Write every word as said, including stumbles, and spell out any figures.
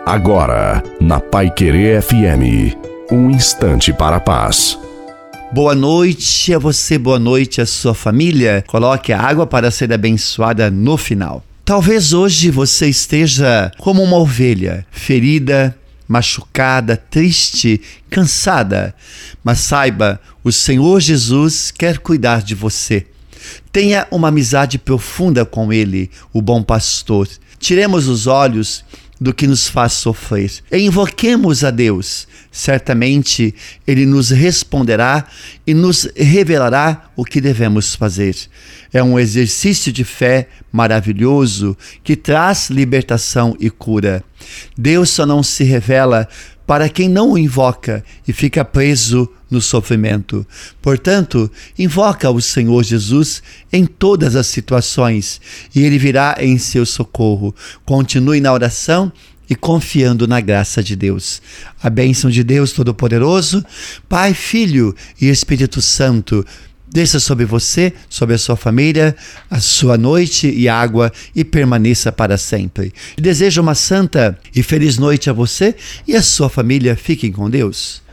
Agora, na Paiquerê F M, um instante para a paz. Boa noite a você, boa noite à sua família. Coloque a água para ser abençoada no final. Talvez hoje você esteja como uma ovelha, ferida, machucada, triste, cansada. Mas saiba, o Senhor Jesus quer cuidar de você. Tenha uma amizade profunda com Ele, o bom pastor. Tiremos os olhos do que nos faz sofrer e invoquemos a Deus. Certamente Ele nos responderá e nos revelará o que devemos fazer. É um exercício de fé maravilhoso que traz libertação e cura. Deus só não se revela para quem não o invoca e fica preso no sofrimento. Portanto, invoca o Senhor Jesus em todas as situações e Ele virá em seu socorro. Continue na oração e confiando na graça de Deus. A bênção de Deus Todo-Poderoso, Pai, Filho e Espírito Santo, desça sobre você, sobre a sua família, a sua noite e água e permaneça para sempre. Desejo uma santa e feliz noite a você e a sua família. Fiquem com Deus.